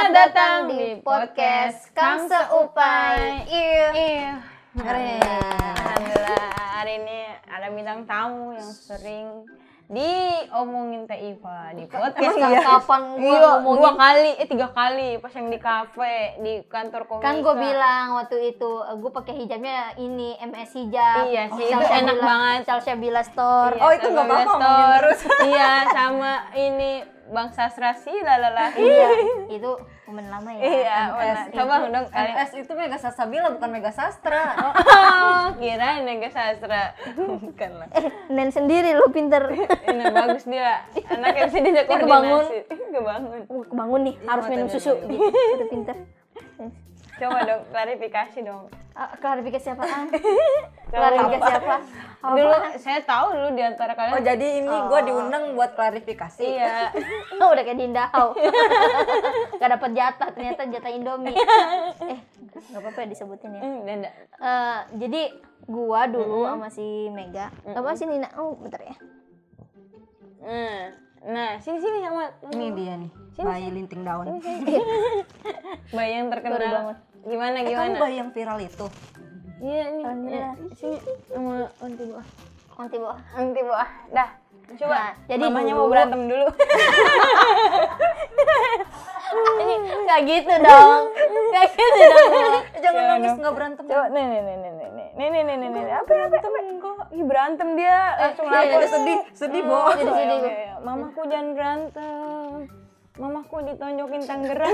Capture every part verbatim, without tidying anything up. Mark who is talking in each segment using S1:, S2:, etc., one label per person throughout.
S1: Selamat datang di podcast Kang Seupai.
S2: Iya.
S1: Iya.
S2: Keren.
S1: Alhamdulillah hari ini ada bintang tamu yang sering diomongin Teh Iva di podcast.
S2: Emang kapan gua
S1: Iya,
S2: ngomongin?
S1: dua kali, eh tiga kali pas yang di kafe, di kantor komika.
S2: Kan gue bilang waktu itu gue pakai hijabnya ini M S hijab.
S1: Iya sih,
S2: oh,
S1: itu enak banget.
S2: Salsabila Store.
S1: Iya,
S3: Oh, itu nggak
S1: Salsabila
S3: apa-apa,
S1: Store.
S3: ngomongin terus.
S1: Iya, sama ini Bang Sastra sih lalala.
S2: Iya, itu momen lama ya.
S1: Iya,
S3: M S.
S1: benar. Coba dong kalian.
S3: M S itu Mega Salsabila bukan Mega Sastra.
S1: Oh, kirain Mega Sastra. Bukan lah.
S2: Eh, Nen sendiri lu pinter.
S1: Ini bagus dia. Anaknya bisa diajak
S2: Dia kebangun.
S1: koordinasi. Kebangun.
S2: Uh, kebangun nih, harus
S3: mata
S2: minum
S3: dia
S2: susu.
S3: lagi.
S2: Gitu, udah pinter.
S1: Coba dong klarifikasi dong.
S2: Ah, klarifikasi apaan? Klarifikasi apa? Apa?
S1: Dulu saya tahu dulu di antara kalian.
S3: Oh, jadi ini gue diundang buat klarifikasi.
S1: Iya.
S2: Oh, udah kayak Dindau. Gak dapet jatah, ternyata jatah Indomie. Eh, gak apa-apa ya disebutin ya.
S1: Hmm, dan
S2: Eh, jadi gua dulu sama si Mega. Apa sih Nina? Oh, bentar ya.
S1: Nah, nah sini sini sama
S3: Ini dia nih, bayi linting daun.
S1: bayi yang
S2: Baru
S1: terkenal.
S2: bangun.
S1: Gimana
S3: Eh, kamu
S1: gimana?
S3: bayi yang viral itu?
S1: Iya ini.
S2: Alhamdulillah.
S1: eh, Sini sama anti buah.
S2: Nanti bawah.
S1: Anti buah. Dah. Coba.
S2: Nah, jadi
S1: Mamanya
S2: dulu-
S1: mau berantem dulu.
S2: Ini gak gitu dong. Gak gitu dong.
S3: Eh, jangan
S1: Jangan
S3: nangis
S1: dong.
S3: nggak berantem.
S1: Coba nih nih nih nih nih nih nih nih nih nih apa apa apa enggak ih berantem dia langsung
S2: iya,
S1: lapor
S2: iya.
S3: sedih, sedih
S1: Oh,
S3: boh.
S2: jadi sedih,
S1: iya, iya. Mamaku jangan berantem, mamaku ditonjokin Tangerang.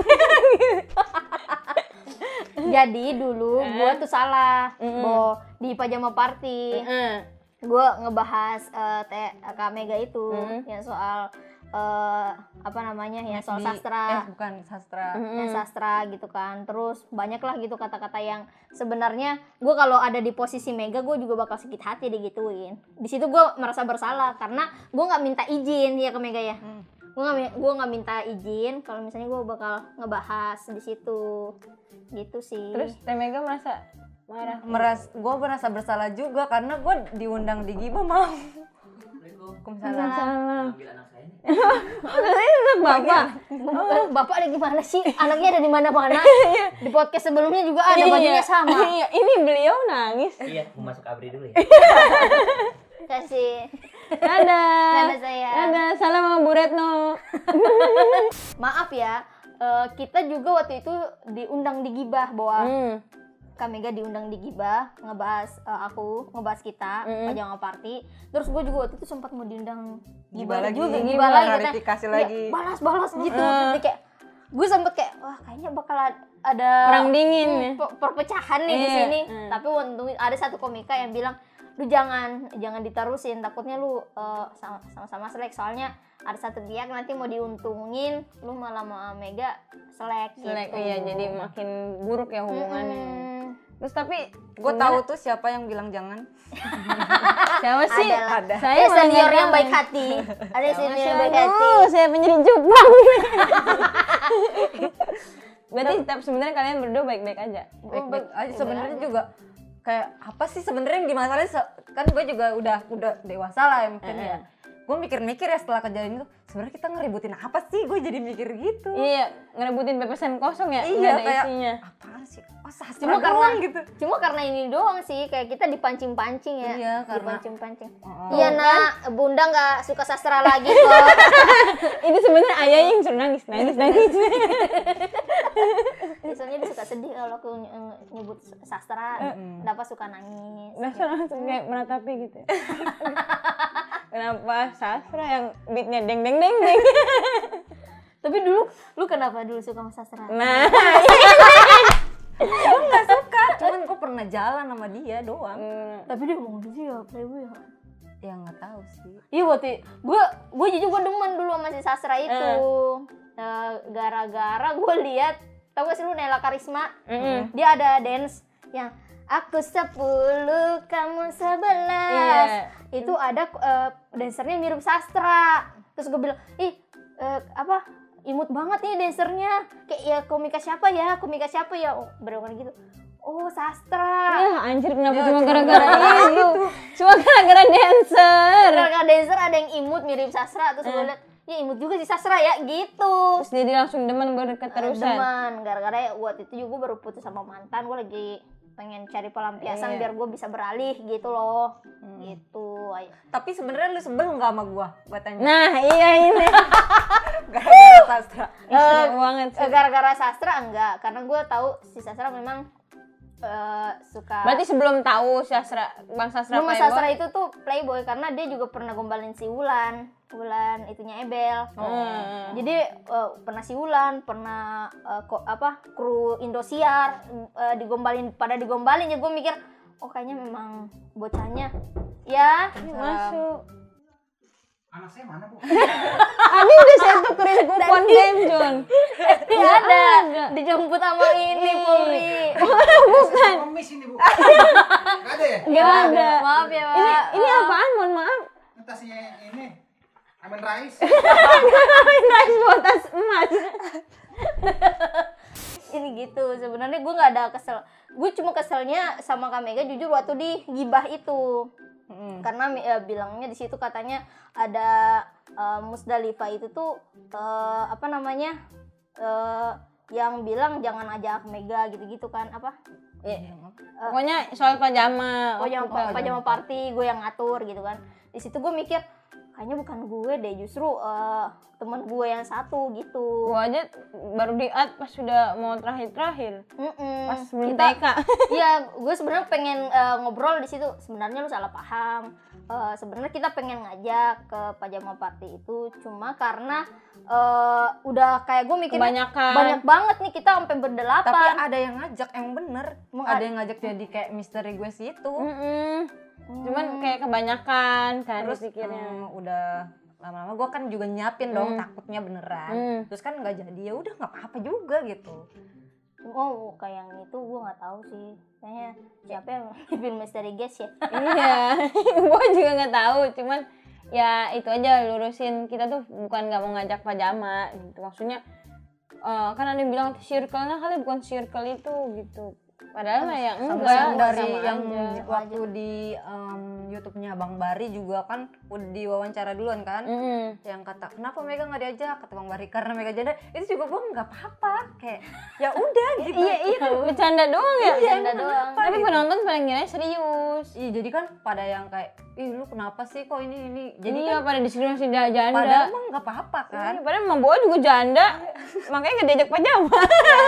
S2: Jadi dulu gua tuh salah. Bo di pajama party.
S1: Heeh.
S2: Gua ngebahas eh, teh Kak Mega itu yang soal eh, apa namanya? Yang soal
S3: Di-
S2: sastra.
S3: Eh, bukan sastra.
S2: yang sastra gitu kan, terus banyak lah gitu kata-kata yang sebenarnya gue kalau ada di posisi Mega gue juga bakal sakit hati digituin. Di situ gue merasa bersalah karena gue nggak minta izin ya ke Mega ya. Gue nggak gue nggak minta izin kalau misalnya gue bakal ngebahas di situ gitu sih.
S1: Terus Teh Mega merasa marah.
S3: Meras, gue merasa bersalah juga karena gue diundang di Giba mau. Waalaikumsalam.
S1: Salah.
S4: Ambil anak saya nih.
S1: Anak bapak.
S2: Oh, bapak ada gimana sih? Anaknya ada di mana-mana. Di podcast sebelumnya juga ada bajunya sama.
S1: Iya, ini beliau nangis.
S4: Iya, mau masuk abri dulu ya.
S2: Kasih.
S1: Dadah.
S2: Dadah, sayang.
S1: Dadah, salam sama Bu Retno.
S2: Maaf ya, eh, kita juga waktu itu diundang di Gibah bahwa
S1: Hmm.
S2: Kak Mega diundang di Gibah ngebahas eh, aku ngebahas kita
S1: Mm.
S2: pajama party. Terus gue juga waktu itu sempat mau diundang
S3: Gibah lagi,
S2: juga,
S3: Gibah,
S2: Gibah lagi, katanya,
S3: klarifikasi
S2: "Ya,
S3: lagi."
S2: balas-balas gitu. Jadi kayak gue sempet kayak wah kayaknya bakal ada
S1: Perang dingin ya.
S2: per- perpecahan nih di
S1: Iya.
S2: sini.
S1: Mm.
S2: Tapi untung ada satu komika yang bilang, "Lu jangan jangan diterusin, takutnya lu eh, sama- sama-sama selek soalnya ada satu pihak nanti mau diuntungin, lu malah sama Mega selek."
S1: Selek,
S2: gitu.
S1: iya, jadi makin buruk ya hubungannya.
S2: Mm-mm.
S1: Terus tapi
S3: Gue tahu tuh siapa yang bilang jangan.
S1: siapa sih?
S2: Ada.
S3: Ada.
S2: Saya
S1: malah
S2: senior
S1: nggak
S2: yang
S1: tahu
S2: baik
S1: nih.
S2: hati. Ada senior yang
S1: Siapa?
S2: baik hati.
S1: Aduh, saya penyanyi Jepang. Berarti tapi sebenarnya kalian berdua baik-baik aja.
S3: Baik-baik aja sebenarnya juga kayak apa sih sebenarnya yang dimasalahin se- kan gue juga udah udah dewasa lah ya mungkin ya. Gue mikir-mikir ya setelah kejadian itu sebenarnya kita ngeributin apa sih, gue jadi mikir gitu.
S1: Iya, ngerebutin pepesan kosong ya, nggak
S3: Iya,
S1: ada
S3: kayak
S1: isinya.
S3: apaan sih? Oh, sastra
S2: Cuma karena
S3: doang gitu.
S2: Cuma karena ini doang sih kayak kita dipancing-pancing ya.
S3: Iya, karena-
S2: dipancing-pancing.
S3: Oh.
S2: Iya, Nak, Bunda nggak suka sastra lagi kok.
S1: Itu sebenarnya ayah yang suruh nangis, nangis, nangis.
S2: Biasanya dia suka sedih kalau aku ny- ny- nyebut sastra. Kenapa suka nangis?
S1: Langsung langsung kayak meratapi gitu. ya. Kenapa sastra yang beatnya deng deng deng deng?
S2: Tapi dulu lu kenapa dulu suka sama sastra?
S1: Nah,
S3: Gue nggak suka, cuman gue pernah jalan sama dia doang.
S2: Tapi dia ngomong gitu ya, playboy ya.
S3: Ya nggak tahu sih.
S2: Iya waktu gue gue jujur gue demen dulu sama si sastra itu. Eh, gara-gara gue lihat, tau gak sih lu Nela Karisma?
S1: Mm-mm.
S2: Dia ada dance yang aku sepuluh kamu sebelas.
S1: Iya.
S2: Itu ada eh, dancernya mirip sastra. Terus gue bilang, ih eh, apa imut banget nih dancernya. Kayak ya komika siapa ya, komika siapa ya, oh, bener-bener gitu. Oh sastra.
S1: Ya anjir, kenapa cuma gara-gara itu? Cuma gara-gara dancer.
S2: Gara-gara dancer ada yang imut mirip sastra. Terus gue liat, ya imut juga si Sastra ya gitu.
S1: Terus jadi langsung demen berdekat terusan.
S2: Demen, gara-gara waktu itu juga gue baru putus sama mantan, gue lagi pengen cari pelampiasan
S1: Iya.
S2: biar gue bisa beralih gitu loh. Gitu. Ay-
S3: Tapi sebenarnya lu sebel nggak sama gua? Gua tanya.
S1: Nah, iya ini.
S3: Gara-gara Sastra.
S1: Seru banget sih.
S2: Eh, gara-gara Sastra enggak, karena gue tahu si Sastra memang eh, suka.
S1: Berarti sebelum tahu Sastra, Bang Sastra
S2: Rumah
S1: Playboy.
S2: Sastra itu tuh playboy karena dia juga pernah gombalin si Wulan, Wulan itunya Ebel.
S1: Hmm.
S2: Jadi eh, pernah si Wulan, pernah eh, kok apa kru Indosiar eh, digombalin, pada digombalin ya gue mikir, oh kayaknya memang bocahnya ya
S1: Masuk.
S5: Anak saya mana, Bu?
S1: Abi udah saya tukerin kupon game, John.
S2: dia ada dijemput sama ini Puri.
S5: Bukan. Ngemis ini, Bu. Nggak ada ya?
S1: Gak ada.
S2: Maaf ya
S1: Ini
S2: Pak.
S1: ini apaan? Mohon maaf.
S5: Tasnya ini. Amin Rais.
S1: Rice botas emas.
S2: Ini gitu sebenarnya gue nggak ada kesel, gue cuma keselnya sama Kak Mega jujur waktu di gibah itu. Karena eh, bilangnya di situ katanya ada eh, Musdalifah itu tuh eh, apa namanya eh, yang bilang jangan ajak Mega gitu-gitu kan apa
S1: Iya. Pokoknya soal pajama.
S2: oh yang
S1: waktu itu.
S2: pajama party gue yang ngatur gitu kan. Di situ gue mikir kayaknya bukan gue deh, justru eh, teman gue yang satu gitu.
S1: Gua aja baru di-add pas sudah mau terakhir-terakhir.
S2: Mm-mm.
S1: Pas sebelum
S2: Kita-
S1: T K.
S2: Iya, gue sebenarnya pengen eh, ngobrol di situ. Sebenarnya lu salah paham. Eh, sebenarnya kita pengen ngajak ke pajama party itu, cuma karena eh, udah kayak gue mikir
S1: Kebanyakan.
S2: banyak banget nih kita sampai
S3: Tapi
S2: berdelapan.
S3: ada yang ngajak yang bener.
S2: Emang
S3: Ada
S2: ada-
S3: yang ngajak jadi kayak misteri gue situ.
S1: Mm-mm. Cuman kayak kebanyakan kan
S3: Terus
S1: dipikirnya.
S3: eh, udah lama-lama gue kan juga nyiapin dong,
S1: Hmm.
S3: takutnya beneran.
S1: Hmm.
S3: Terus kan nggak jadi, ya udah nggak apa-apa juga gitu.
S2: Oh, kayak yang itu gue nggak tahu sih. Kayaknya siapa yang nyiapin misteri guest ya?
S1: Iya, gua juga nggak tahu. Cuman ya itu aja lurusin, kita tuh bukan nggak mau ngajak pajama gitu. Maksudnya eh, kan ada yang bilang circle-nya kali bukan circle itu gitu. Padahal mah ya
S3: Sama
S1: enggak,
S3: yang dari
S1: sama
S3: yang
S1: aja.
S3: waktu di em, YouTube-nya Bang Bari juga kan udah diwawancara duluan kan.
S1: Mm-mm.
S3: Yang kata kenapa Mega nggak diajak, kata Bang Bari karena Mega janda. Itu juga gue nggak apa-apa, kayak ya udah gitu.
S1: Iya, iya kan bercanda doang ya.
S2: Bercanda doang.
S1: Tapi penonton pada ngira serius.
S3: Iya, jadi kan pada yang kayak ih lu kenapa sih kok ini ini. Jadi
S1: Jadi
S3: kan
S1: pada diskriminasi da- janda.
S3: padahal emang nggak apa-apa kan.
S1: Iya, padahal Mang Boa juga janda. Makanya nggak diajak pajama.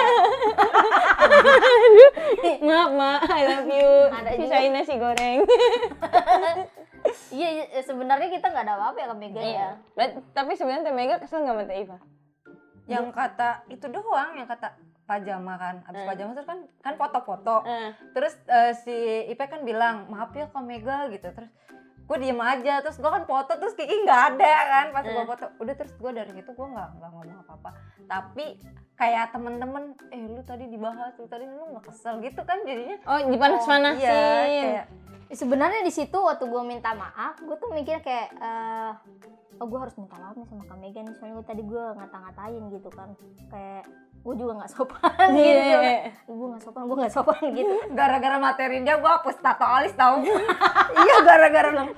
S1: Aduh, maaf, Ma. I love you.
S2: Ada juga.
S1: Sisain nasi goreng.
S2: Iya, iya, sebenarnya kita nggak ada apa-apa ya ke Mega ya.
S1: Bet- Tapi sebenarnya Teh Mega kesel nggak sama Teh Iva?
S3: Yang kata itu doang, yang kata pajama kan. Abis pajama terus kan kan foto-foto.
S1: Eh.
S3: Terus eh, si Ipe kan bilang maaf ya Kak Mega gitu. Terus gue diem aja, terus gue kan foto, terus Kiki nggak ada kan pas gue foto. Udah, terus gue dari situ gue nggak nggak ngomong apa-apa. Tapi kayak temen-temen, eh lu tadi dibahas, lu tadi lu nggak kesel gitu kan jadinya.
S1: Oh, dipanas-panasin.
S3: Iya, kayak
S2: Sebenarnya di situ waktu gue minta maaf, gue tuh mikir kayak eh oh gue harus minta maaf nih sama Kak Mega nih, soalnya tadi gue ngata-ngatain gitu kan, kayak gue juga nggak sopan gitu,
S1: Iya.
S2: gue nggak sopan, gue nggak sopan gitu.
S3: gara-gara materi dia gue hapus tato alis tau. Iya, gara-gara bilang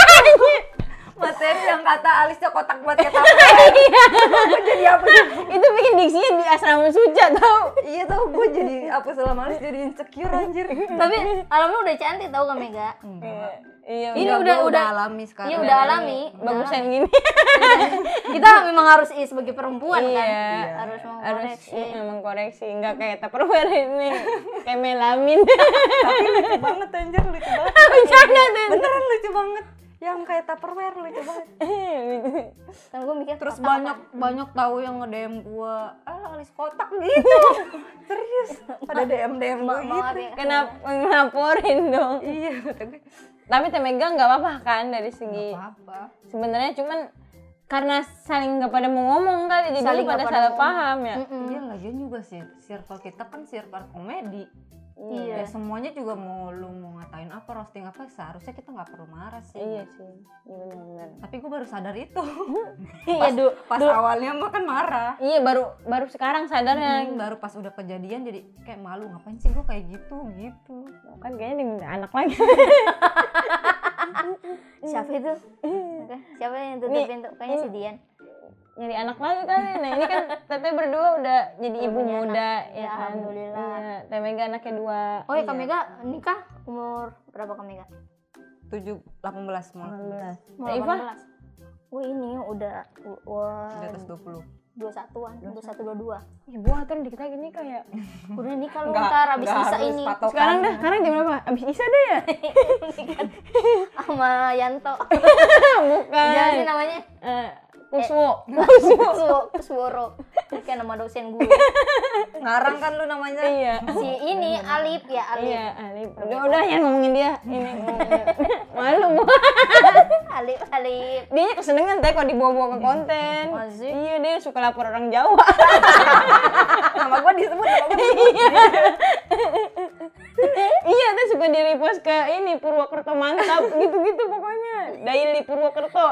S3: materi yang kata alisnya kotak buat kita. Gue jadi hapus.
S1: Itu bikin diksinya di asrama Suja tau.
S3: Iya tau, gue jadi hapus selama alis jadi insecure anjir.
S2: Tapi alamnya udah cantik tau Kak Mega.
S1: Iya,
S2: Ini
S3: Enggak,
S2: udah-
S3: gua
S2: udah-
S3: alami sekarang.
S2: Iya udah alami.
S1: bagusan gini.
S2: Kita memang harus i- sebagai perempuan kan,
S1: Iya.
S2: harus
S1: Harus
S2: mengkoreksi.
S1: iya, mengkoreksi, nggak kayak Tupperware ini, kayak melamin.
S3: Tapi lucu banget anjir, lucu banget.
S1: Bercanda tuh.
S3: Beneran lucu banget. Yang kayak Tupperware lucu banget.
S2: Kan gue mikir
S3: Terus
S2: kotak
S3: banyak banyak tahu yang nge-D M gue, ah alis kotak gitu. Serius. Pada D M D M gue
S2: apa? Maaf
S3: gitu.
S2: ya.
S1: Kenapa ngelaporin dong?
S3: Iya, kata gue.
S1: Tapi Teh Mega nggak apa-apa kan dari segi
S3: Apa?
S1: sebenarnya, cuman karena saling nggak pada mau ngomong kali, jadi
S2: Saling
S1: pada
S2: nggak pada
S1: salah
S2: ngomong.
S1: paham ya.
S3: Iya, lagian juga sih circle kita kan circle komedi.
S2: Iya.
S3: Ya semuanya juga mau lu mau ngatain apa, roasting apa, seharusnya kita nggak perlu marah sih.
S1: Iya sih, iya benar-benar.
S3: Tapi gue baru sadar itu.
S2: Iya dulu.
S3: Pas awalnya mah kan marah.
S1: Iya, baru baru sekarang sadarnya.
S3: Hmm, baru pas udah kejadian jadi kayak malu, ngapain sih gue kayak gitu gitu.
S1: Kan kayaknya diminta anak lagi.
S2: Siapa itu? Oke, siapa yang tutup
S1: Nih,
S2: pintu? Kayaknya si Dian.
S1: nyari anak lagi kali. Nah ini kan teteh berdua udah jadi
S2: Udah
S1: ibu
S2: punya
S1: muda
S2: anak.
S1: ya
S2: Ya,
S1: kan.
S2: alhamdulillah.
S1: Iya, Teh Mega anaknya dua.
S2: Oh ya,
S3: Iya.
S2: Kak Mega nikah umur berapa Kak Mega?
S3: tujuh delapan belas mau
S1: delapan belas.
S2: Umur
S1: Teh Iva?
S2: delapan belas. Wah ini udah wah
S3: di atas dua puluh.
S2: dua puluh satuan, dua puluh satu dua puluh dua.
S1: Ibu atur dikit lagi nih kayak.
S2: Udah nikah lu
S3: Nggak-
S2: ntar abis
S3: nggak
S2: Isa
S3: harus
S2: ini
S3: patokan.
S1: Sekarang dah, sekarang jam berapa? Abis Isa deh ya?
S2: sama Yanto.
S1: Bukan.
S2: Jangan sih namanya
S1: Eh, Kuswo.
S2: Kuswo, Kusworo. Kayak nama dosen gue.
S3: Ngarang kan lu namanya.
S1: Iya.
S2: Si ini Alip ya, Alip.
S1: Iya, Alif. Udah, udah ya ngomongin dia. Ini ngomongin. Malu, Bu.
S2: Alip, Alip.
S1: Dia kesenengan teh kalau dibawa-bawa ke konten.
S2: Masih?
S1: Iya, dia suka lapor orang Jawa.
S3: Nama gua disebut, nama gua disebut.
S1: Iya, teh suka di-repost ke ini Purwokerto mantap gitu-gitu pokoknya. Daily Purwokerto.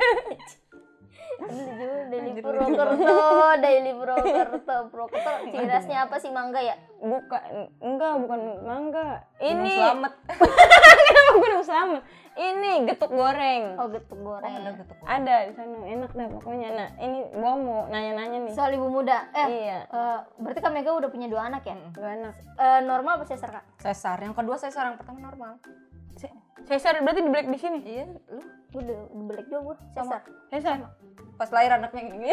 S2: Daily Purwokerto, Daily Purwokerto, Purwokerto. Ciri khasnya apa sih, mangga ya?
S1: Bukan, enggak, bukan mangga.
S3: Gunung
S1: Ini
S3: Slamet.
S1: Kenapa Gunung Slamet? Ini getuk goreng.
S2: Oh, getuk goreng.
S3: Ada getuk.
S1: Ada di sana, enak dah pokoknya. Nah, ini gua mau nanya-nanya nih.
S2: Soal ibu muda. Eh,
S1: Iya.
S2: eh, berarti Kak Mega udah punya dua anak ya?
S1: Dua anak.
S2: Eh, normal apa sesar, Kak?
S3: Sesar, yang kedua sesar, yang pertama normal.
S1: Cesar berarti di black di sini.
S3: Iya, lu
S2: Gue udah udah balik juga gue, sesar.
S1: Cesar.
S3: pas lahir anaknya gini.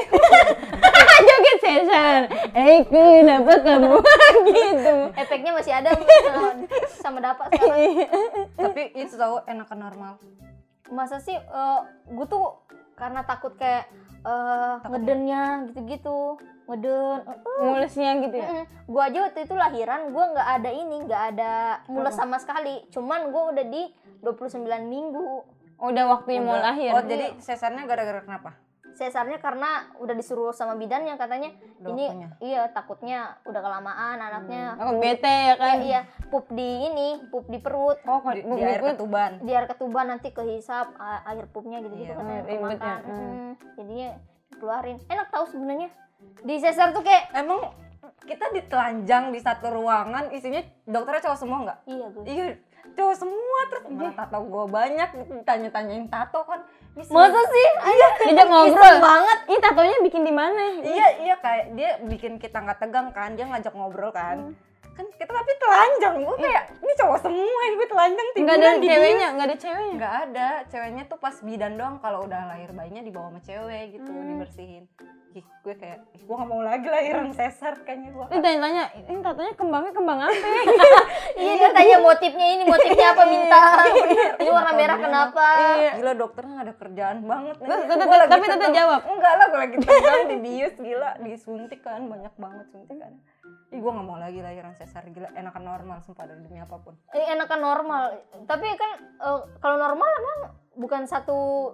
S1: Joget Cesar. Eh, kenapa kamu gitu?
S2: Efeknya masih ada sama, sama dapat sekarang.
S3: Tapi itu tahu enakan normal.
S2: Masa sih gue tuh karena takut kayak eh, ngedennya gitu-gitu, ngeden.
S1: Mulesnya gitu ya.
S2: Gue aja waktu itu lahiran gue nggak ada ini, nggak ada mules sama sekali. Cuman gue udah di dua puluh sembilan minggu.
S1: Udah waktunya mau
S3: Udah.
S1: lahir.
S3: Oh, jadi sesarnya gara-gara kenapa?
S2: Sesarnya karena udah disuruh sama bidannya katanya ini
S3: Dokternya.
S2: iya takutnya udah kelamaan anaknya.
S1: Aku bete ya kan.
S2: Eh, iya, pup di ini, pup di perut.
S1: Oh, kalau
S3: Di,
S1: bu-
S3: di air
S1: bu-
S3: ketuban.
S2: Di air ketuban nanti kehisap a- air pupnya gitu-gitu
S3: Iya.
S2: katanya
S1: Hmm, ribet ya.
S2: kemakan. Mm, jadinya keluarin. Enak tahu sebenarnya. Di sesar tuh kayak
S3: Emang kita ditelanjang di satu ruangan isinya dokternya cowok semua nggak?
S2: iya gue.
S3: Iya, cowok semua. Terus malah tato gue banyak, ditanya-tanyain tato kan. Bisa.
S2: Masa sih? Iya.
S1: Diajak ngobrol
S2: banget.
S1: Ih, tatonya bikin di mana?
S3: Iya, iya kayak dia bikin kita nggak tegang kan, dia ngajak ngobrol kan. Kan kita tapi telanjang, gue kayak ini cowok semua yang gue telanjang
S1: Enggak
S3: tiduran
S1: ada
S3: di
S1: ceweknya, enggak ada ceweknya.
S3: Nggak ada, ceweknya tuh pas bidan doang. Kalau udah lahir bayinya dibawa sama cewek gitu,
S1: Hmm.
S3: dibersihin. Ih, gue kayak, ih, gue gak mau lagi lahiran sesar kayaknya gue.
S1: Ini tanya-tanya, ini tatonya kembangnya kembang apa?
S2: Iya, dia tanya motifnya ini, motifnya apa minta. Ini warna merah kenapa?
S3: Gila dokternya gak ada kerjaan banget nih.
S1: Terus,
S3: Gua
S1: tetep-
S3: lagi
S1: tapi tetep
S3: tegang.
S1: jawab.
S3: Enggak lah, gue lagi tegang dibius, gila disuntik kan, banyak banget suntikan. Ih, gue gak mau lagi lahiran sesar, gila enakan normal sumpah dari demi apapun.
S2: Eh, enakan normal. Tapi kan eh, kalau normal emang bukan satu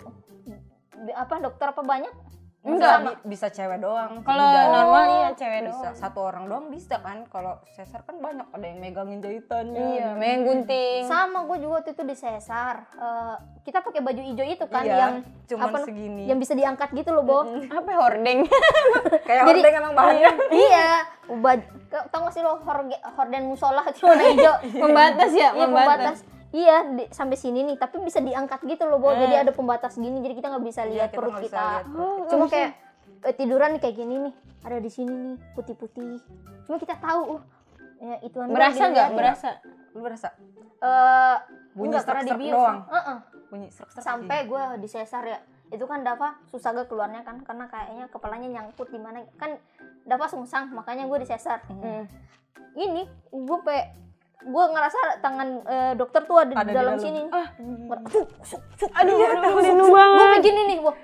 S2: bi- apa dokter apa banyak?
S3: Enggak,
S2: Sama.
S3: bi- bisa cewek doang.
S1: Kalau
S3: bidan.
S1: normal iya cewek
S3: bisa
S1: doang.
S3: satu orang doang bisa kan. Kalau sesar kan banyak, ada yang megangin jahitannya.
S1: Iya, main gunting.
S2: Sama gue juga waktu itu di sesar. Eh, kita pakai baju hijau itu kan
S3: Iya,
S2: yang
S3: cuman
S2: apa
S3: segini.
S2: yang bisa diangkat gitu loh, Bo.
S1: Apa hordeng?
S3: Kayak
S2: Jadi-
S3: hordeng emang banyak.
S2: Iya, baju tau gak sih lo horde, horden musola itu warna hijau.
S1: Pembatas ya,
S2: Iya,
S1: pembatas.
S2: pembatas. Iya, di- sampai sini nih, tapi bisa diangkat gitu loh, Bo. Jadi ada pembatas gini, jadi kita nggak bisa
S3: Iya,
S2: lihat
S3: kita
S2: perut
S3: nggak bisa
S2: kita.
S3: lihat perut.
S2: Cuma kayak eh, tiduran nih kayak gini nih, ada di sini nih, putih-putih. Cuma kita tahu, uh, ya, ituan doang
S1: Berasa nggak?
S2: dilihatin.
S1: Berasa.
S3: Lu berasa?
S2: Eh,
S3: Bunyi
S2: enggak, karena
S3: serak-serak
S2: dibius.
S3: doang.
S2: Heeh.
S3: Bunyi serak-serak.
S2: Sampai gue di sesar ya, itu kan Dava susah gak keluarnya kan, karena kayaknya kepalanya nyangkut di mana kan. Dava sungsang, makanya gue di sesar.
S1: Hmm.
S2: Ini gue pe gue ngerasa tangan eh, dokter tuh ada,
S3: Ada
S2: di
S3: di
S2: dalam
S3: dalam.
S2: sini.
S1: Ah.
S2: Ber- Suk, suk, suk.
S1: Aduh,
S2: Iya,
S1: aduh,
S2: suk,
S1: linu
S2: suk.
S1: banget.
S2: Gue begini nih, gue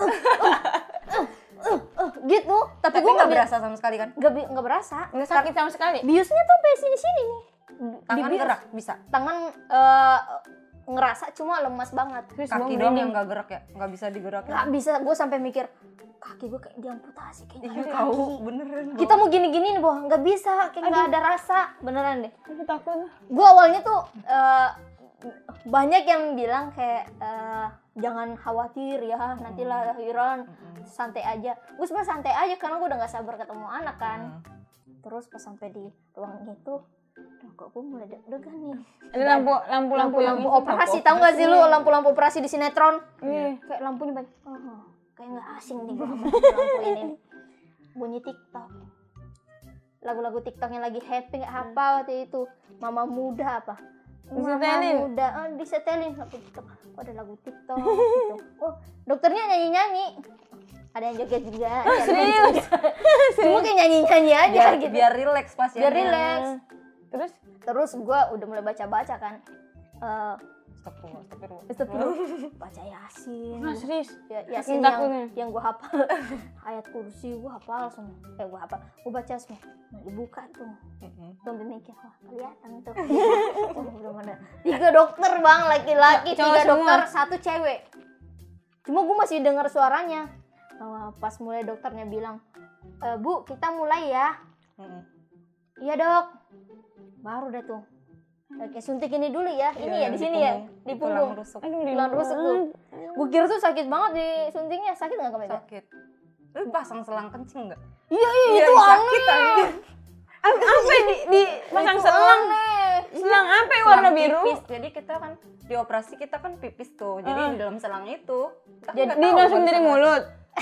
S2: gitu. Tapi,
S3: Tapi
S2: gue
S3: nggak
S2: nggak
S3: berasa sama sekali kan?
S2: nggak bi- nggak berasa.
S1: Nggak sakit sama sekali.
S2: Biusnya tuh sampai sini sini nih.
S3: Tangan
S2: Dibius.
S3: gerak bisa.
S2: Tangan eh, ngerasa cuma lemas banget.
S1: Terus
S3: Kaki
S1: gua
S3: doang
S1: merinding.
S3: yang nggak gerak ya, nggak bisa digerakin.
S2: Nggak bisa, gue sampai mikir kaki gue kayak diamputasi kayaknya.
S3: Iya
S2: ada
S3: tahu,
S2: kaki.
S3: beneran.
S2: Kita mau gini-gini nih, Boh, nggak bisa, kayak nggak ada rasa, beneran deh.
S1: Aku takut.
S2: Gue awalnya tuh eh, banyak yang bilang kayak eh, jangan khawatir ya, nanti lahiran santai aja. Gue sebenarnya santai aja karena gue udah nggak sabar ketemu anak kan. Terus pas sampai di ruang itu, aduh kok gue mulai deg-degan nih.
S1: Ada lampu lampu lampu yang
S2: Lampu-lampu operasi, tahu nggak sih lu lampu-lampu operasi di sinetron?
S1: Iya.
S2: Kayak lampunya banyak. Oh, kayak nggak asing nih gue sama lampu ini nih. Bunyi TikTok, lagu-lagu TikTok yang lagi happy nggak apa waktu itu, Mama Muda apa Mama
S1: Disetelin?
S2: Muda, oh, disetelin lagu TikTok. Oh, ada lagu TikTok gitu. Oh, dokternya nyanyi-nyanyi, ada yang joget juga.
S1: Oh, serius?
S2: Cuma kayak nyanyi-nyanyi aja
S3: biar,
S2: gitu.
S3: biar relax pasiennya.
S2: Biar relax.
S1: Terus
S2: Terus gue udah mulai baca-baca kan. Eh,
S3: Astagfirullah, astagfirullah.
S2: Astagfirullah, baca Yasin.
S1: nah serius
S2: Ya, Yasin
S1: Saking
S2: yang,
S1: takutnya.
S2: yang gue hafal. Ayat kursi gue hafal semua. Eh gue hafal, gue baca semua. Nah, dibuka tuh.
S3: Mm-mm.
S2: Sampai mikir, wah kelihatan tuh. Oh, belum ada. Tiga dokter bang, laki-laki.
S1: Cowok
S2: Tiga
S1: semua.
S2: dokter, satu cewek. Cuma gue masih dengar suaranya. Nah, pas mulai dokternya bilang, e, Bu kita mulai ya.
S3: Mm-mm.
S2: Iya dok. Baru deh tuh. Oke, suntik ini dulu ya. Ini
S3: Iya,
S2: ya
S3: yang
S2: di sini ya.
S3: punggung,
S2: Di
S3: tulang
S2: punggung.
S3: rusuk.
S1: aduh
S2: Tulang rusuk tuh. Gue kira tuh sakit banget di suntiknya. Sakit nggak kamu?
S3: Sakit. Lu pasang selang kencing nggak?
S2: Iya iya
S3: Iya,
S2: itu
S3: sakit
S2: aneh.
S3: anjir.
S1: apa di di pasang
S2: Itu
S1: selang
S2: aneh.
S1: selang apa yang
S3: Selang
S1: warna biru
S3: pipis. Jadi kita kan di operasi kita kan pipis tuh. Jadi
S1: Ah.
S3: di dalam selang itu. kita kan
S1: jadi
S3: nggak tahu
S1: langsung
S3: kan
S1: dari
S3: selang-
S1: mulut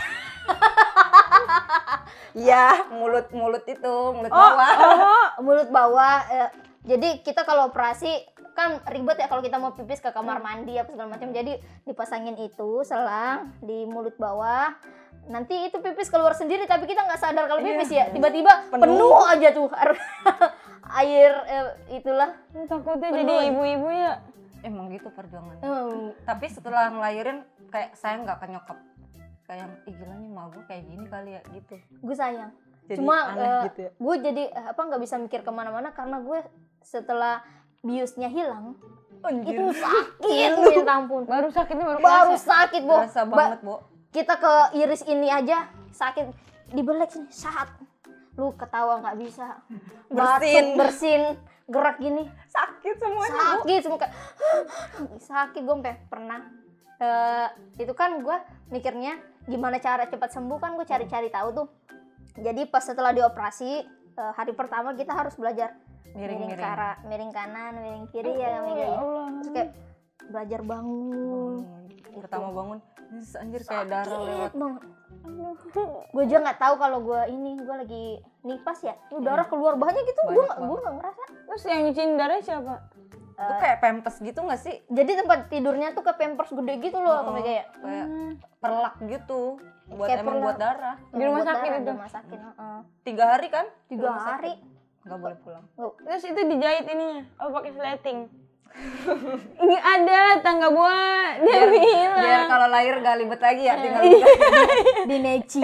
S3: Iya, mulut mulut itu, mulut
S1: oh
S3: bawah.
S1: oh
S2: Mulut bawah. eh, jadi kita kalau operasi kan ribet ya kalau kita mau pipis ke kamar mandi apa segala macam. Jadi dipasangin itu selang di mulut bawah. Nanti itu pipis keluar sendiri tapi kita nggak sadar kalau pipis ya. Tiba-tiba
S3: Penuh.
S2: penuh, aja tuh air, air eh, itulah.
S1: takutnya
S2: Penuh
S1: jadi
S2: aja.
S1: ibu-ibu ya
S3: Emang gitu perjuangannya.
S2: Hmm,
S3: Tapi setelah ngelahirin kayak saya nggak ke nyokap. Kayak ih gila nih mah gue kayak gini kali ya gitu.
S2: gue sayang.
S3: Jadi
S2: Cuma
S3: aneh
S2: eh,
S3: gitu ya.
S2: gue jadi eh, apa nggak bisa mikir kemana-mana karena gue setelah biusnya hilang
S3: Anjir.
S2: itu sakit minta ampun.
S1: baru sakitnya baru
S2: Baru
S1: kerasa.
S2: sakit bu.
S3: Berasa
S2: Ba-
S3: banget, Bo.
S2: kita ke iris ini aja sakit, dibelek sini saat lu ketawa nggak bisa,
S3: Bersin.
S2: batuk, bersin, gerak gini
S3: Sakit semuanya, Bu.
S2: sakit semua kayak sakit. Gue sampai pernah eh, itu kan gue mikirnya gimana cara cepat sembuh kan gue cari-cari tahu tuh. Jadi pas setelah dioperasi eh, hari pertama kita harus belajar miring,
S3: Miring-miring.
S2: kara, miring kanan, miring kiri ya kayak gitu. Terus kayak belajar bangun.
S3: Hmm, Pertama bangun, "Nis, anjir kayak darah lewat.
S2: Bang, gue aja nggak tahu kalau gue ini gue lagi nipas ya, itu darah keluar banyak gitu, gue
S3: Banyak
S2: nggak gue
S3: banget.
S2: nggak ngerasa.
S1: terus yang nyuciin darah siapa
S3: Itu kayak pempes gitu gak sih?
S2: Jadi tempat tidurnya tuh ke pampers gede gitu loh,
S3: Oh,
S2: kayak
S3: kayak perlak gitu. Buat
S2: Kayak
S3: emang
S2: perlak.
S3: buat darah.
S1: Di rumah
S2: buat
S1: sakit
S2: darah,
S1: itu?
S2: di rumah sakit. heeh.
S3: Tiga hari kan?
S2: Tiga
S3: Rumah sakit.
S2: hari.
S3: Nggak boleh pulang.
S1: terus itu dijahit ininya oh pakai sleting ini ada tangga buah dia
S3: Biar,
S1: bilang
S3: biar kalau lahir gak libet lagi ya, tinggal
S2: Iya.
S3: buka.
S2: Di neci,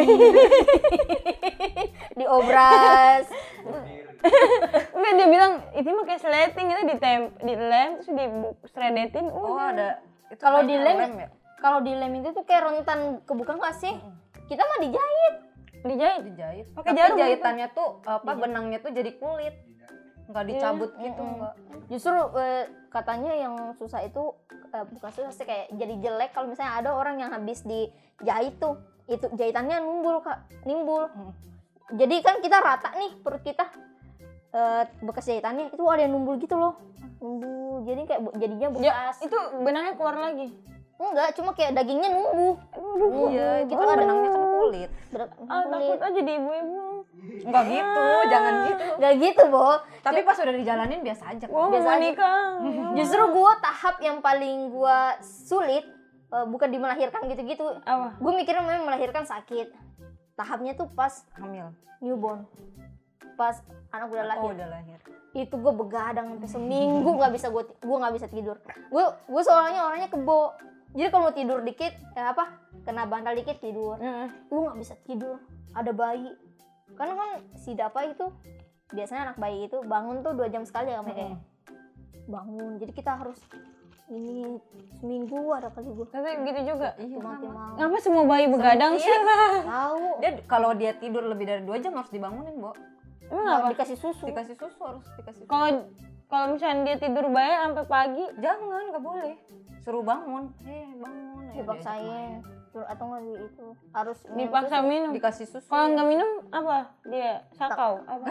S2: di obras.
S1: enggak dia bilang itu mah kayak sleting itu ditem di lem terus di sredetin
S3: Oh
S1: udah
S3: ada. Itu
S2: Kalau
S3: kayak
S2: di lem,
S3: ya?
S2: kalau di lem itu tuh kayak rentan kebuka nggak sih? Kita mah dijahit.
S1: dijahit
S3: Dijahit.
S1: Pakai
S3: Tapi
S1: jarum
S3: jahitannya tuh apa benangnya tuh jadi kulit. Nggak dicabut gitu
S2: Mm-mm.
S3: enggak.
S2: Justru eh, katanya yang susah itu eh, bukan susah sih, kayak jadi jelek kalau misalnya ada orang yang habis dijahit tuh, itu jahitannya numbul kak, nimbul.
S3: Hmm.
S2: Jadi kan kita rata nih perut kita, eh, bekas jahitannya itu ada yang numbul gitu loh, numbul. Jadi kayak bu- jadinya
S1: ya
S2: bekas.
S1: itu benangnya keluar lagi
S2: Enggak, cuma kayak dagingnya numbuh.
S3: Iya,
S2: gitu
S3: itu
S2: ada.
S3: benangnya kan kulit.
S2: Ber-
S1: ah
S2: kulit.
S1: takut aja di ibu-ibu
S3: Enggak gitu, jangan gitu.
S2: Nggak gitu, Bo.
S3: Tapi pas udah dijalanin biasa aja.
S1: gua
S3: kok.
S1: mau
S2: Biasa aja.
S1: nikah
S2: Justru gua tahap yang paling gua sulit eh, bukan di melahirkan gitu-gitu.
S1: apa
S2: Gue mikirnya memang melahirkan sakit. Tahapnya tuh pas
S3: Hamil.
S2: newborn, pas anak udah lahir.
S3: Oh udah lahir.
S2: Itu gue begadang sampai seminggu nggak bisa gue gue nggak bisa tidur. Gue gue soalnya orangnya kebo. Jadi kalau mau tidur dikit, ya apa, kena bantal dikit tidur.
S1: Heeh.
S2: Gue nggak bisa tidur. Ada bayi. Karena kan si Dapa itu biasanya anak bayi itu bangun tuh dua jam sekali ya kayaknya. Bangun. Jadi kita harus ini seminggu ada kali gue.
S1: tapi gitu juga
S3: Iya.
S2: Mati mau.
S1: ngapa semua bayi begadang sih
S2: Tahu.
S3: Dia kalau dia tidur lebih dari dua jam harus dibangunin, Bo.
S1: emang
S2: Nggak
S1: apa
S2: dikasih susu.
S3: Dikasih susu harus dikasih. Susu.
S1: kalau kalau misalnya dia tidur banyak sampai pagi
S3: Jangan, nggak boleh. Suruh bangun. Eh, bangun. Ya,
S2: Dipaksain. Terus atau nggak di itu harus minum
S1: dipaksa
S2: susu.
S1: minum
S3: dikasih susu.
S1: kalau nggak minum apa dia sakau apa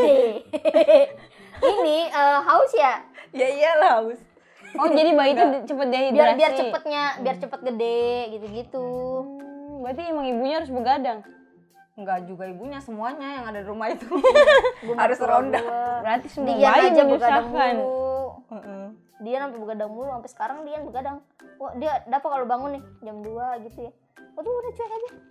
S2: Ini eh, haus ya,
S3: Ya iyalah, haus.
S1: oh jadi bayi itu cepet dehidrasi
S2: biar biar cepetnya biar cepet gede gitu-gitu.
S1: Hmm, berarti emang ibunya harus begadang.
S3: Enggak juga ibunya, semuanya yang ada di rumah itu
S2: Gua
S3: harus
S2: mertua
S3: ronda.
S2: gua.
S1: Berarti semua
S2: Dian
S1: bayi
S2: aja begadang
S1: menyusahkan.
S2: mulu.
S3: Heeh.
S2: Dia sampai begadang mulu, sampai sekarang dia begadang. Wah, dia dapat kalau bangun nih jam dua gitu ya. Oh tuh udah cuek aja.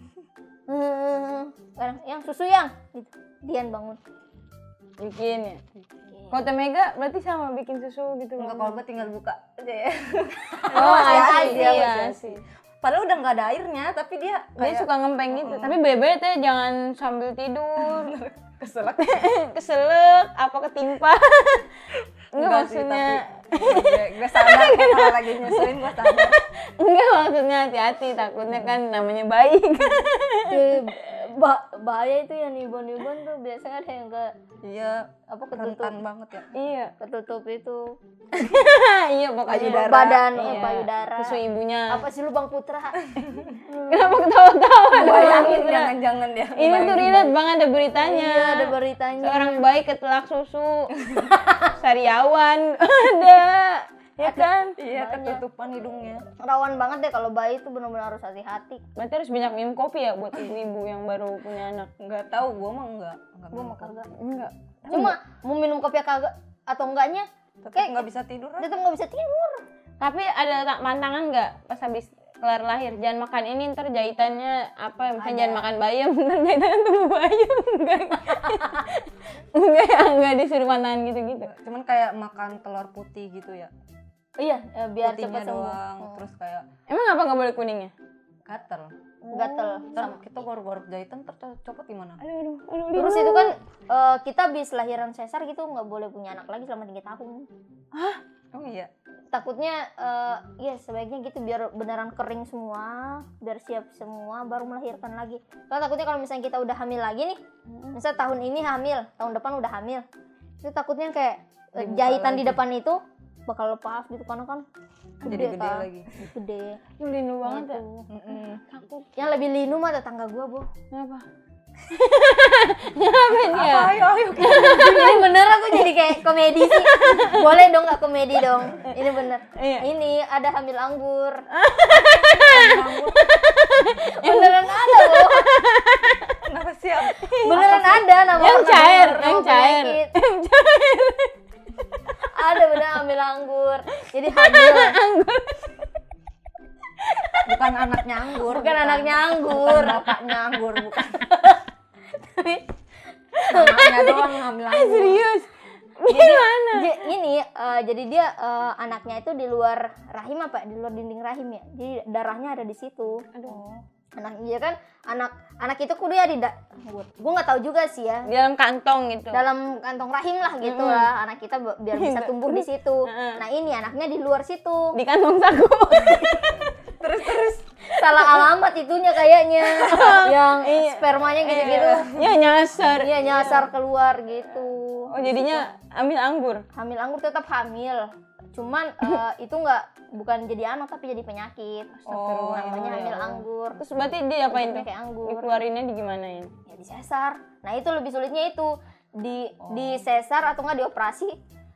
S2: Hmm, sekarang yang susu yang gitu. Dian bangun.
S1: Bikin ya. Kalau Teh Mega berarti sama bikin susu gitu.
S3: Enggak,
S1: Bang?
S3: kalau gue tinggal buka aja ya.
S1: Oh,
S3: masih
S1: asli
S3: asli,
S1: dia
S3: masih
S1: masih.
S3: asli. Padahal udah nggak ada airnya, tapi dia
S1: Dia
S3: kayak
S1: suka ngempeng gitu. Tapi bebe teh jangan sambil tidur.
S3: keselak.
S1: Keselak, apa ketimpa. Enggak maksudnya.
S3: Gue sadar kalau lagi nyusuin, gue sadar.
S1: Enggak maksudnya hati-hati, takutnya kan namanya bayi.
S2: Eh, bah- bahaya itu yang newborn-newborn tuh biasanya ada yang ke
S3: Iya,
S2: apa ketutup
S3: rentan banget ya.
S1: Iya.
S2: ketutup itu
S1: Iya pokoknya.
S3: Payudara.
S2: badan
S1: Iya.
S2: eh, payudara.
S1: Susu ibunya.
S2: Apa sih lu Bang Putra?
S1: Kenapa ketawa-tawa?
S3: Bayangin jangan-jangan ya.
S1: Ini tuh relate banget ada beritanya.
S2: Iya, ada beritanya.
S1: Seorang bayi ketelak susu. Sariawan ada. Ya kan?
S3: Iya, ketutupan hidungnya.
S2: Rawan banget deh kalau bayi itu benar-benar harus hati-hati.
S1: Berarti harus banyak minum kopi ya buat ibu-ibu yang baru punya anak.
S3: Enggak tahu, gue mah enggak. Enggak
S2: Gua
S3: minum
S2: mah
S3: kopi.
S2: kagak.
S1: Enggak.
S2: Cuma mau minum kopi kagak atau enggaknya
S3: Tetap
S2: kayak
S3: enggak bisa tidur aja.
S2: tetap nggak bisa tidur.
S1: Tapi ada tak pantangan nggak pas habis kelar lahir? Jangan makan ini ntar jahitannya apa? Misalnya jangan makan bayam, ntar jahitannya tumbuh bayam. Enggak. Enggak ya, enggak disuruh pantangan gitu-gitu.
S3: Cuman kayak makan telur putih gitu ya.
S2: Iya, eh, biar
S3: Putihnya
S2: cepat sembuh.
S3: doang,
S2: Hmm.
S3: terus kayak
S1: Emang apa nggak boleh kuningnya?
S3: gatel.
S2: Gatel.
S3: Ntar kita gorok-gorok jahitan ntar copot gimana?
S1: Aduh, aduh, aduh.
S2: Terus itu kan eh, kita habis lahiran sesar gitu nggak boleh punya anak lagi selama tiga tahun.
S3: Oh iya.
S2: Takutnya eh, ya sebaiknya gitu biar beneran kering semua, biar siap semua baru melahirkan lagi. Kalau takutnya kalau misalnya kita udah hamil lagi nih, misalnya tahun ini hamil, tahun depan udah hamil, itu takutnya kayak eh,
S3: Dibuka
S2: jahitan
S3: lagi.
S2: di depan itu bakal lepas gitu karena kan
S3: Jadi
S2: gede,
S3: gede
S2: kan.
S3: lagi.
S2: Gede.
S1: Lu linu banget ya.
S2: Gitu.
S3: Mm-mm.
S1: Takut.
S2: Yang lebih linu mah tetangga gua, Bu.
S1: Kenapa? Ngapain ya?
S3: Ayo ayo.
S2: Ini bener aku jadi kayak komedi sih. Boleh dong nggak komedi dong. Ini bener.
S1: Iya.
S2: Ini ada hamil anggur. Beneran ada loh.
S3: Kenapa siap?
S2: Beneran ada nama
S1: Yang
S2: nama-
S1: cair,
S2: nama
S1: yang cair.
S2: penyakit. Ada bener hamil anggur. Jadi hamil.
S3: Bukan anaknya anggur.
S2: Bukan anaknya anggur.
S3: Bukan bapaknya anggur, bukan. Anaknya doang hamil anggur.
S1: Serius?
S2: Gimana? Ini eh, jadi dia eh, anaknya itu di luar rahim apa? Di luar dinding rahim ya. Jadi darahnya ada di situ.
S1: Aduh.
S2: Anak dia kan anak anak itu kuliah di da- gua gua nggak tahu juga sih ya.
S1: Di dalam kantong gitu.
S2: Dalam kantong rahim lah gitu lah anak kita bi- biar bisa tumbuh di situ.
S1: Heeh.
S2: Nah ini anaknya di luar situ.
S1: Di kantong saku.
S3: Terus terus.
S2: Salah alamat itunya kayaknya. Yang
S1: Iya.
S2: spermanya gitu-gitu.
S1: Ya nyasar.
S2: Iya nyasar keluar gitu.
S1: Oh jadinya ambil anggur.
S2: Hamil anggur tetap hamil. Cuman eh, itu nggak bukan jadi anak tapi jadi penyakit.
S3: Oh,
S2: Namanya
S3: iya,
S2: hamil
S3: iya.
S2: anggur.
S1: Terus berarti dia apain
S2: Bentuknya
S1: tuh?
S2: kayak anggur.
S1: Dikeluarinnya digimanain?
S2: Ya disesar. Nah itu lebih sulitnya itu di di sesar atau nggak dioperasi.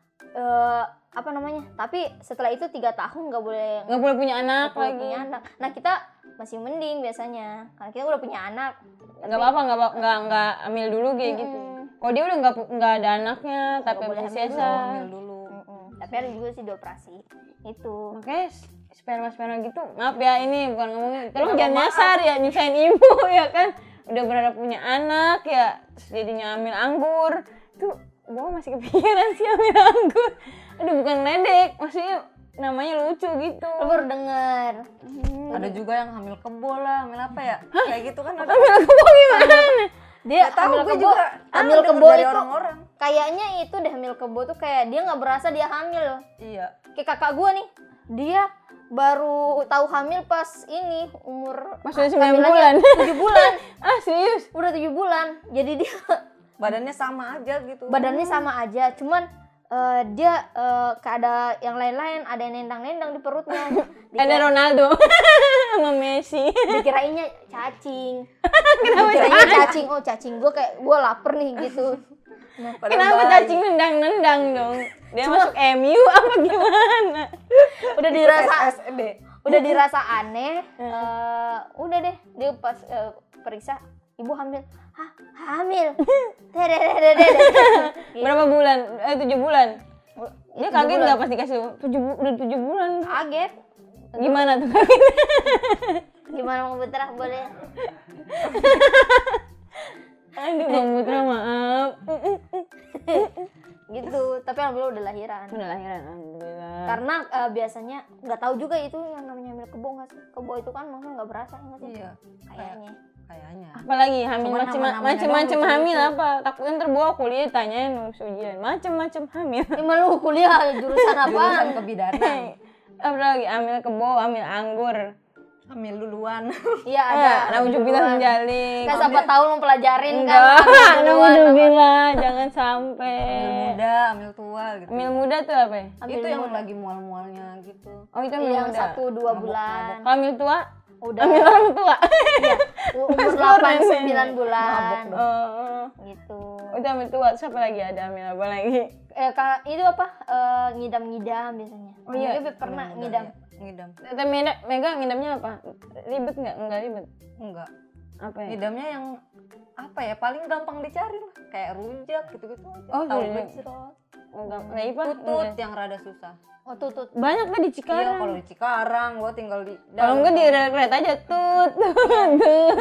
S2: Eh apa namanya? Tapi setelah itu tiga tahun nggak boleh
S1: Nggak boleh punya anak
S2: nggak boleh
S1: lagi.
S2: punya anak. Nah kita masih mending biasanya karena kita udah punya anak.
S1: Nggak apa-apa, nggak apa- nggak nggak ambil dulu kayak gitu. Kalau dia udah nggak pu- nggak ada anaknya, tapi
S2: boleh
S1: habis
S2: hamil dulu.
S1: sesar.
S3: Hamil dulu.
S2: Mm-mm. Tapi ada juga sih dioperasi itu.
S1: Makanya sperma-sperma gitu, maaf ya ini bukan ngomongin, tolong jangan nyasar ya, nyusahin ibu ya kan. Udah berharap punya anak ya, terus jadinya ambil anggur. Tuh, gue masih kepikiran sih ambil anggur. Aduh bukan ledek, maksudnya namanya lucu gitu.
S2: Lo baru denger.
S3: Ada juga yang hamil kebo lah, hamil apa ya? Kayak gitu kan ada.
S1: Ambil kebo gimana?
S2: Dia
S3: Nggak tahu,
S2: hamil
S3: gue
S2: kebo,
S3: juga
S2: hamil
S3: tahu
S2: kebo
S3: dari
S2: itu
S3: orang-orang.
S2: kayaknya itu deh hamil kebo tuh kayak dia nggak berasa dia hamil.
S3: Iya.
S2: Kayak kakak gua nih, dia baru tahu hamil pas ini umur
S1: Pas udah sembilan
S2: kehamilannya
S1: bulan.
S2: tujuh bulan.
S1: Ah serius?
S2: Udah tujuh bulan. Jadi dia
S3: Badannya sama aja gitu.
S2: badannya sama aja, cuman eh, dia eh, kayak ada yang lain-lain, ada yang nendang-nendang di perutnya.
S1: Ada
S2: Dikira-
S1: Ronaldo sama Messi.
S2: dikirainnya cacing. Dikirainnya cacing. Oh cacing gua kayak gua lapar nih gitu. Nah,
S3: Padahal
S1: Kenapa
S3: bayi.
S1: cacing nendang-nendang dong? Dia masuk M U apa gimana?
S2: udah dirasa
S3: S D.
S2: udah dirasa aneh, eh, udah deh dia pas eh, periksa ibu hamil. Hah, hamil. Dededededede.
S1: Berapa bulan? Eh tujuh bulan. Dia
S2: Tujuh
S1: kaget
S2: bulan.
S1: nggak pas dikasih tujuh bu- udah tujuh bulan?
S2: Kaget.
S1: Gimana tuh?
S2: Gimana mau Putra boleh?
S1: Aduh Bang Putra maaf.
S2: Gitu, tapi alhamdulillah udah lahiran.
S1: Udah lahiran alhamdulillah.
S2: Karena eh, biasanya nggak tahu juga itu yang namanya hamil kebo nggak sih? Kebo itu kan maksudnya nggak berasa nggak sih?
S3: Iya,
S2: Kayaknya.
S3: kayaknya.
S1: Apalagi hamil
S3: Cuman
S1: macem
S3: nama-namanya
S1: macem macem
S3: doang
S1: hamil
S3: lucu-lucu.
S1: apa? Takutnya ntar bawa kuliah tanyain nulis ujian macem-macem hamil.
S2: Emang lu kuliah jurusan apaan?
S3: Jurusan kebidanan.
S1: Apalagi hamil kebo, hamil anggur.
S3: Hamil duluan.
S2: Iya ada.
S1: Ah, nauzubillah menjalik.
S2: Kan siapa tahu lu pelajarin
S1: Enggak,
S2: kan. hamil duluan,
S1: nauzubillah, jangan sampai.
S3: Hamil muda, hamil tua gitu.
S1: Hamil muda tuh apa ya?
S2: Hamil
S3: Itu yang
S2: muda.
S3: lagi mual-mualnya gitu.
S1: Oh itu hamil
S2: Yang
S1: muda.
S2: satu dua bulan.
S1: Kalau hamil tua?
S2: Udah.
S1: Hamil orang tua.
S2: Iya. Umur delapan sembilan bulan.
S1: Oh,
S2: Gitu.
S1: itu hamil tua. Siapa lagi ada hamil apa lagi?
S2: Eh ka- itu apa? Eh, ngidam-ngidam biasanya.
S1: Oh, iya.
S2: Mega pernah
S3: Hamil muda,
S2: ngidam.
S3: ya. Ngidam.
S1: Tete Mega, Mega ngidamnya apa? Ribet nggak? Enggak ribet.
S3: Enggak.
S1: Apa ya?
S3: Ngidamnya yang apa ya? Paling gampang dicari lah. Kayak rujak gitu-gitu aja.
S1: Oh,
S3: Tahu
S1: rujak.
S3: gejrot.
S1: Enggak. Nah, Ipa,
S3: Tutut
S1: enggak.
S3: yang rada susah.
S2: Oh tutut.
S1: Banyak lah di
S3: Iya,
S1: Cikarang.
S3: kalau di Cikarang gua tinggal di
S1: Kalau enggak di rel-rel aja tut tut tut.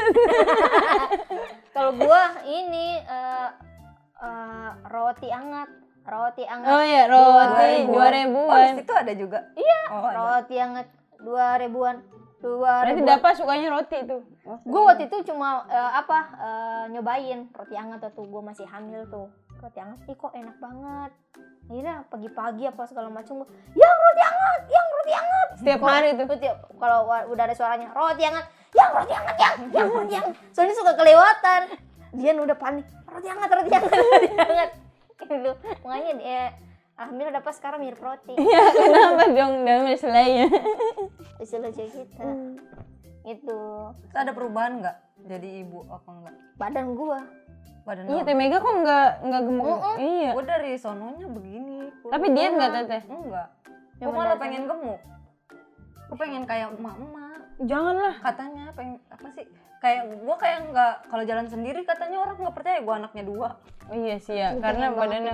S2: Kalau gua ini eh eh, roti anget. Roti anget.
S1: Oh iya, roti dua
S3: Oh, di
S1: ribuan.
S3: situ ada juga. Iya. Oh, ada.
S2: Roti anget dua ribuan. Dua
S1: Berarti
S2: ribuan.
S1: Dapa sukanya roti tuh.
S2: Gue waktu itu cuma eh, apa eh, nyobain roti anget waktu gue masih hamil tuh. Roti anget, ih kok enak banget. Akhirnya pagi-pagi apa segala macam gue, yang roti anget, yang roti anget.
S1: Setiap hari tuh.
S2: Tuh, tiap- kalau wa- udah ada suaranya roti anget, yang roti anget, yang, yang roti anget. Soalnya suka kelewatan. Dia udah panik, roti anget, roti anget, roti anget. Gitu. Makanya dia alhamdulillah dapat sekarang mirip roti.
S1: Ya kenapa dong dalam selainya?
S2: Bisa lucu kita. Itu
S3: Terus ada perubahan nggak jadi ibu apa enggak?
S2: badan gua.
S3: Badan
S1: Iya, Teh Mega kok enggak enggak gemuk? Iya.
S3: Gue dari sononya begini.
S1: Tapi diet enggak Teteh?
S3: Enggak. Gue
S2: Yang
S3: malah
S2: mendatang.
S3: pengen gemuk. Gue pengen kayak emak-emak.
S1: Janganlah.
S3: Katanya pengen apa sih? Kayak gue kayak nggak kalau jalan sendiri katanya orang nggak percaya gue anaknya dua.
S1: Oh, iya sih ya, karena badannya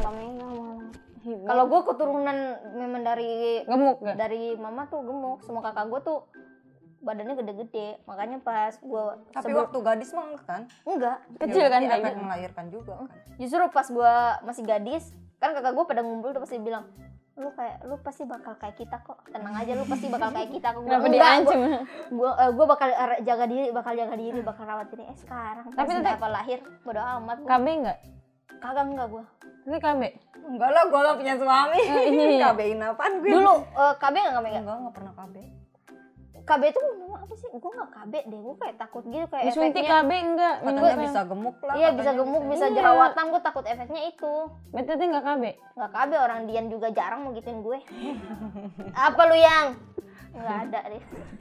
S2: Kalau gue keturunan memang dari
S1: gemuk enggak?
S2: dari mama tuh gemuk, semua kakak gue tuh badannya gede-gede, makanya pas gue
S3: Tapi waktu gadis mah enggak kan?
S2: enggak,
S1: Kecil kan
S3: Dia
S1: bayi?
S3: akan melahirkan juga kan.
S2: justru pas gue masih gadis kan kakak gue pada ngumpul tuh pasti bilang lu kayak lu pasti bakal kayak kita kok, tenang aja lu pasti bakal kayak kita kok.
S1: Kenapa diancam?
S2: gue gue bakal eh, jaga diri, bakal jaga diri, bakal rawat diri. Eh sekarang
S1: Tapi
S2: pas
S1: tetep-
S2: apa lahir bodo amat gua.
S1: K B enggak?
S2: Kagak enggak gue
S1: Ini K B.
S3: Enggak lah, gue gak punya suami.
S1: iya.
S3: K B-in apaan gue?
S2: dulu eh, K B nggak nggak
S3: enggak, enggak pernah K B.
S2: K B tuh nama apa sih? Gue nggak K B deh, gue kayak takut gitu kayak
S1: Disuntik K
S2: efeknya.
S1: B enggak?
S3: Katanya
S1: Minum
S3: bisa gemuk lah.
S2: Iya
S3: katanya
S2: bisa gemuk, bisa
S1: Iya.
S2: jerawatan, gue takut efeknya itu.
S1: Berarti Teteh enggak K B?
S2: Nggak K B, orang Dian juga jarang mau gituin gue. Apa lu yang? Nggak ada deh.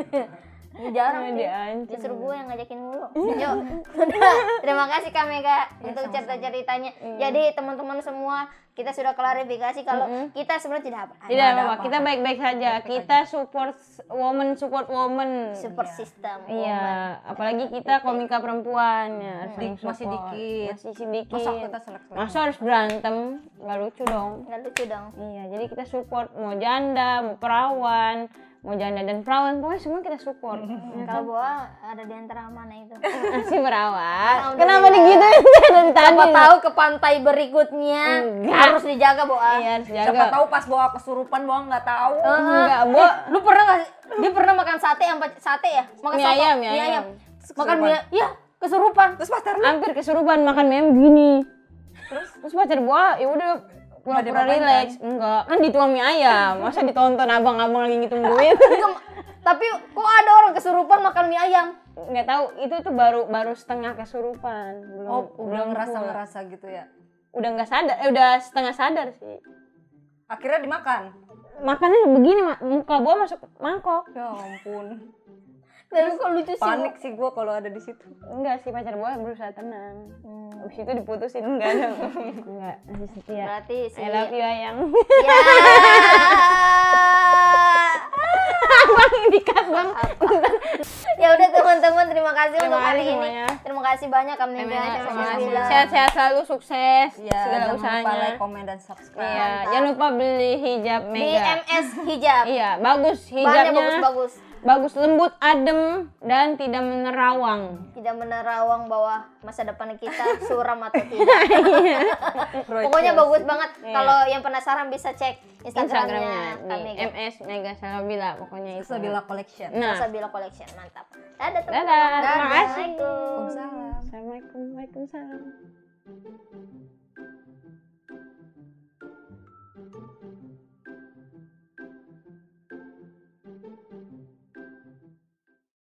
S2: Ini jarang
S1: Cuma
S2: deh.
S1: diancam.
S2: Justru gue yang ngajakin mulu. Yuk, udah. Terima kasih Kak Mega untuk cerita-ceritanya. Jadi teman-teman semua, kita sudah klarifikasi kalau kita sebenarnya tidak apa.
S1: Tidak apa-apa, kita baik-baik saja. Kita support woman, support woman.
S2: Super system.
S1: Iya, apalagi kita komika perempuan ya, harus saling
S3: Dik- masih
S1: support.
S3: dikit.
S1: Masih sedikit.
S3: Masa kita selek-selek?
S1: Masa harus berantem? Nggak lucu dong.
S2: Nggak lucu dong.
S1: Iya, jadi kita support mau janda, mau perawan, mau janda dan perawan, pokoknya semua kita support.
S2: Kalau gua ada di antara mana itu?
S1: Masih perawat.
S2: Alhamdulillah.
S1: Kenapa digituin dari tadi?
S2: Siapa tahu ke pantai berikutnya
S1: Enggak.
S2: harus dijaga, Boa.
S1: Iya, harus
S3: Siapa
S1: jaga.
S3: tahu pas bawa kesurupan bawa nggak tahu.
S1: Enggak, Bo.
S2: Lu pernah nggak? Dia pernah makan sate yang sate ya? Makan
S1: Mie
S2: soto,
S1: ayam, mie ayam.
S2: Makan mie, ya kesurupan.
S3: Terus pacar lu
S1: Hampir kesurupan makan mie ayam begini. Terus terus pacar gua, ya udah pura-pura
S3: diapain,
S1: relax. Enggak, kan dituang mie ayam. Masa ditonton abang-abang lagi ngitung duit?
S2: Enggak, tapi kok ada orang kesurupan makan mie ayam?
S1: Nggak tahu, itu tuh baru baru setengah kesurupan. Belum
S3: Oh, udah
S1: belum full.
S3: ngerasa-ngerasa gitu ya.
S1: Udah nggak sadar, eh udah setengah sadar sih.
S3: Akhirnya dimakan.
S1: Makannya begini, Ma- muka gua masuk mangkok.
S3: Ya ampun.
S2: Tapi kok lucu sih.
S3: Panik sih gua kalau ada di situ.
S1: Enggak sih, pacar gua berusaha tenang.
S2: Hmm.
S1: Habis itu diputusin enggak dong. Enggak, masih setia.
S2: Berarti sih.
S1: I love you ayang.
S2: Ya.
S1: Apa bang, dikat bang.
S2: Ya udah teman-teman, terima kasih
S1: Terima
S2: untuk hari
S1: kasih
S2: ini.
S1: semuanya.
S2: Terima kasih banyak Kak Mega.
S1: Terima
S2: Terima
S1: kasih.
S2: kasih.
S1: Sehat-sehat selalu, sukses
S3: Ya,
S1: segala
S3: jangan lupa
S1: usahanya.
S3: like, comment, dan subscribe.
S1: Iya, jangan lupa beli hijab
S2: Di
S1: Mega.
S2: M S Hijab.
S1: Iya, bagus
S2: Bahannya
S1: hijabnya.
S2: bagus-bagus.
S1: Bagus, lembut, adem, dan tidak menerawang.
S2: Tidak menerawang bahwa masa depan kita suram atau tidak. Pokoknya bagus banget.
S1: Iya.
S2: Kalau yang penasaran bisa cek Instagramnya
S1: Instagramnya
S2: Kak
S1: di
S2: Mega.
S1: M S Mega Salabila, pokoknya itu.
S3: Sabila Collection.
S1: Nah,
S2: Salsabila Collection, mantap. Dadah teman-teman.
S1: dadah, terima kasih.
S2: Assalamualaikum.
S3: Waalaikumsalam.
S1: Assalamualaikum, waalaikumsalam.